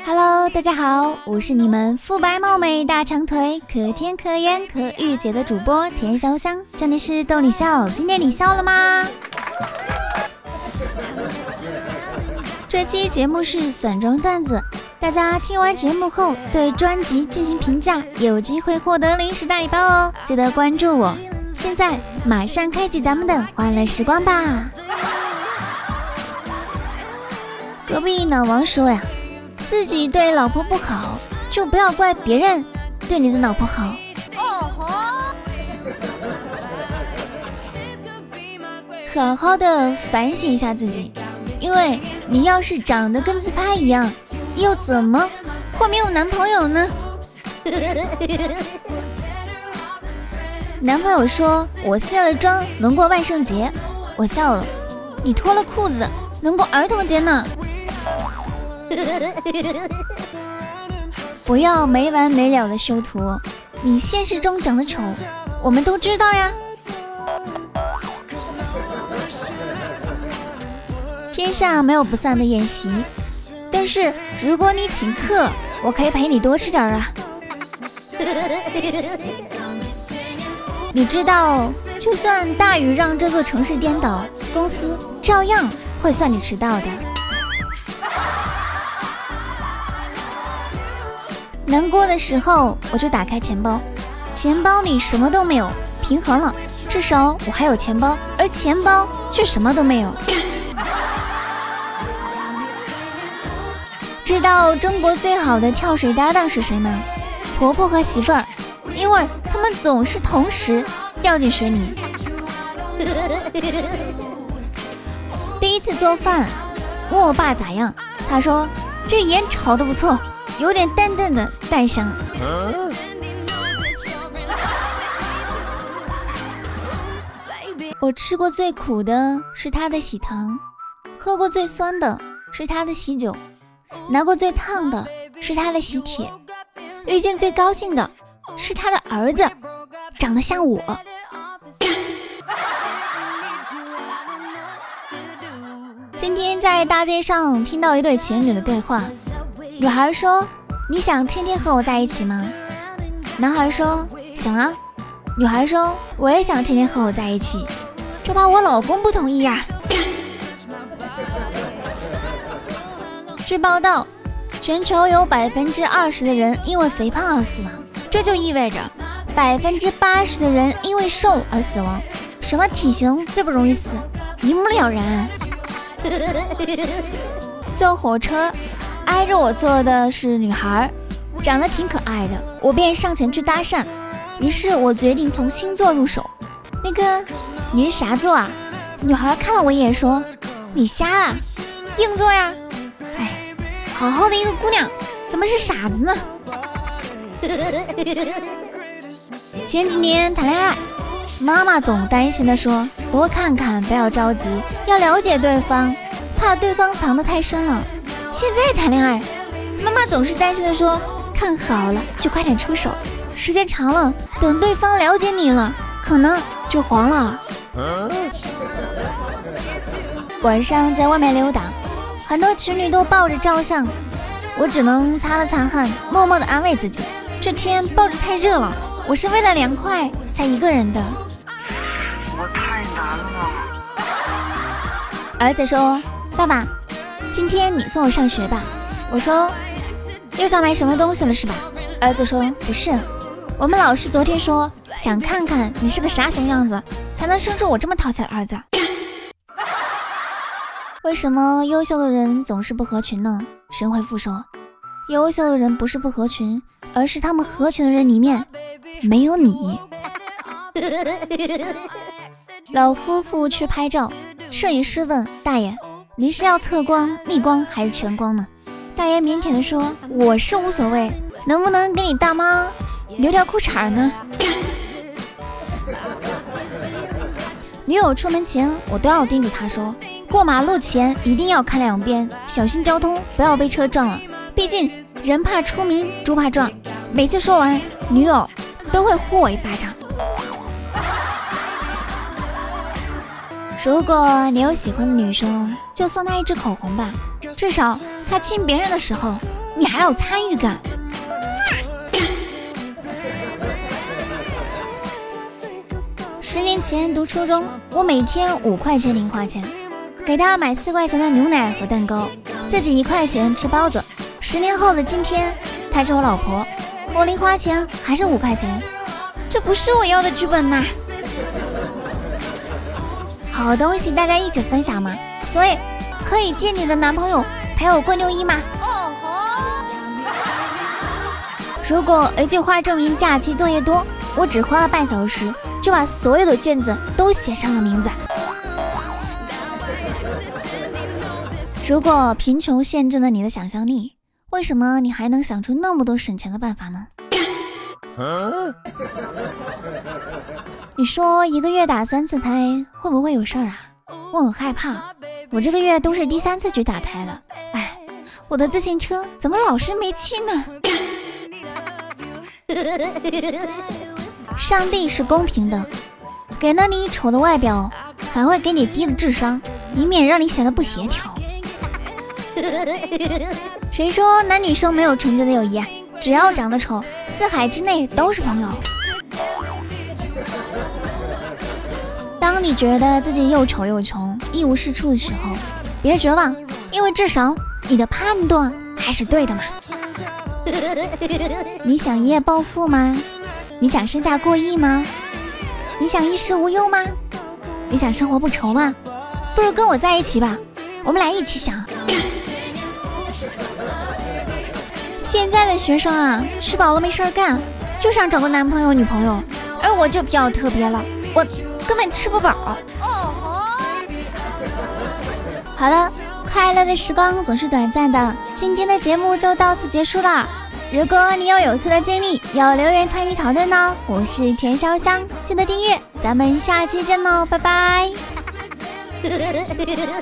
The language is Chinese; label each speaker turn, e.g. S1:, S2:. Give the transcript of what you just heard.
S1: Hello， 大家好，我是你们肤白貌美大长腿可甜可盐可御姐的主播田潇香，这里是逗你笑，今天你笑了吗？这期节目是选装段子，大家听完节目后对专辑进行评价，有机会获得零食大礼包哦，记得关注我。现在马上开启咱们的欢乐时光吧。隔壁老王说呀，自己对老婆不好，就不要怪别人对你的老婆好。好好的反省一下自己，因为你要是长得跟自拍一样，又怎么会没有男朋友呢？男朋友说我卸了妆能过万圣节，我笑了。你脱了裤子能过儿童节呢。不要没完没了的修图，你现实中长得丑我们都知道呀。天下没有不散的宴席，但是如果你请客，我可以陪你多吃点啊。你知道就算大雨让这座城市颠倒，公司照样会算你迟到的。难过的时候我就打开钱包，钱包里什么都没有，平衡了，至少我还有钱包，而钱包却什么都没有。知道中国最好的跳水搭档是谁吗？婆婆和媳妇儿，因为他们总是同时掉进水里。第一次做饭问我爸咋样，他说这盐炒得不错，有点淡淡的蛋香。我吃过最苦的是他的喜糖，喝过最酸的是他的喜酒，拿过最烫的是他的喜帖，遇见最高兴的是他的儿子，长得像我。今天在大街上听到一对情侣的对话，女孩说你想天天和我在一起吗？男孩说想啊。女孩说我也想天天和我在一起，就怕我老公不同意呀。据报道，全球有 20% 的人因为肥胖而死亡，这就意味着 80% 的人因为瘦而死亡。什么体型最不容易死？一目了然。坐火车，挨着我坐的是女孩，长得挺可爱的，我便上前去搭讪。于是我决定从星座入手。那个，你是啥座啊？女孩看了我一眼说，你瞎啊，硬座呀。哎，好好的一个姑娘怎么是傻子呢？前几年谈恋爱，妈妈总担心的说多看看，不要着急，要了解对方，怕对方藏得太深了。现在谈恋爱，妈妈总是担心的说看好了就快点出手，时间长了，等对方了解你了，可能就黄了。晚上在外面溜达，很多情侣都抱着照相，我只能擦了擦汗，默默地安慰自己，这天抱着太热了，我是为了凉快才一个人的。
S2: 我太难了。
S1: 儿子说爸爸，今天你送我上学吧。我说又想买什么东西了是吧？儿子说不是，我们老师昨天说想看看你是个啥熊样子，才能生出我这么讨巧的儿子。为什么优秀的人总是不合群呢？神回复说，优秀的人不是不合群，而是他们合群的人里面没有你。老夫妇去拍照，摄影师问大爷，您是要侧光、逆光还是全光呢？大爷腼腆地说，我是无所谓，能不能给你大妈留条裤衩呢？女友出门前，我都要叮嘱她说，过马路前一定要看两边，小心交通，不要被车撞了。毕竟人怕出名，猪怕壮。每次说完，女友都会呼我一巴掌。如果你有喜欢的女生，就送她一支口红吧，至少她亲别人的时候你还有参与感。10年前读初中，我每天5块钱零花钱，给他买4块钱的牛奶和蛋糕，自己1块钱吃包子。10年后的今天，她是我老婆，我零花钱还是5块钱，这不是我要的剧本呐。好东西大家一起分享嘛，所以可以借你的男朋友陪我过6·1吗？如果一句话证明假期作业多，我只花了半小时就把所有的卷子都写上了名字。如果贫穷限制了你的想象力，为什么你还能想出那么多省钱的办法呢？你说1个月打3次胎会不会有事儿啊？我很害怕，我这个月都是第3次去打胎了。哎，我的自行车怎么老是没气呢？上帝是公平的，给了你丑的外表，还会给你低的智商，以免让你显得不协调。谁说男女生没有纯洁的友谊啊？只要长得丑，4海之内都是朋友。当你觉得自己又丑又穷，一无是处的时候，别绝望，因为至少你的判断还是对的嘛。你想一夜暴富吗？你想身价过亿吗？你想衣食无忧吗？你想生活不愁吗？不如跟我在一起吧，我们俩一起想。现在的学生啊，吃饱了没事干，就想找个男朋友女朋友，而我就比较特别了，我根本吃不饱。好了，快乐的时光总是短暂的，今天的节目就到此结束了。如果你有趣的经历要留言参与讨论呢，我是田潇香，记得订阅，咱们下期见喽，拜拜。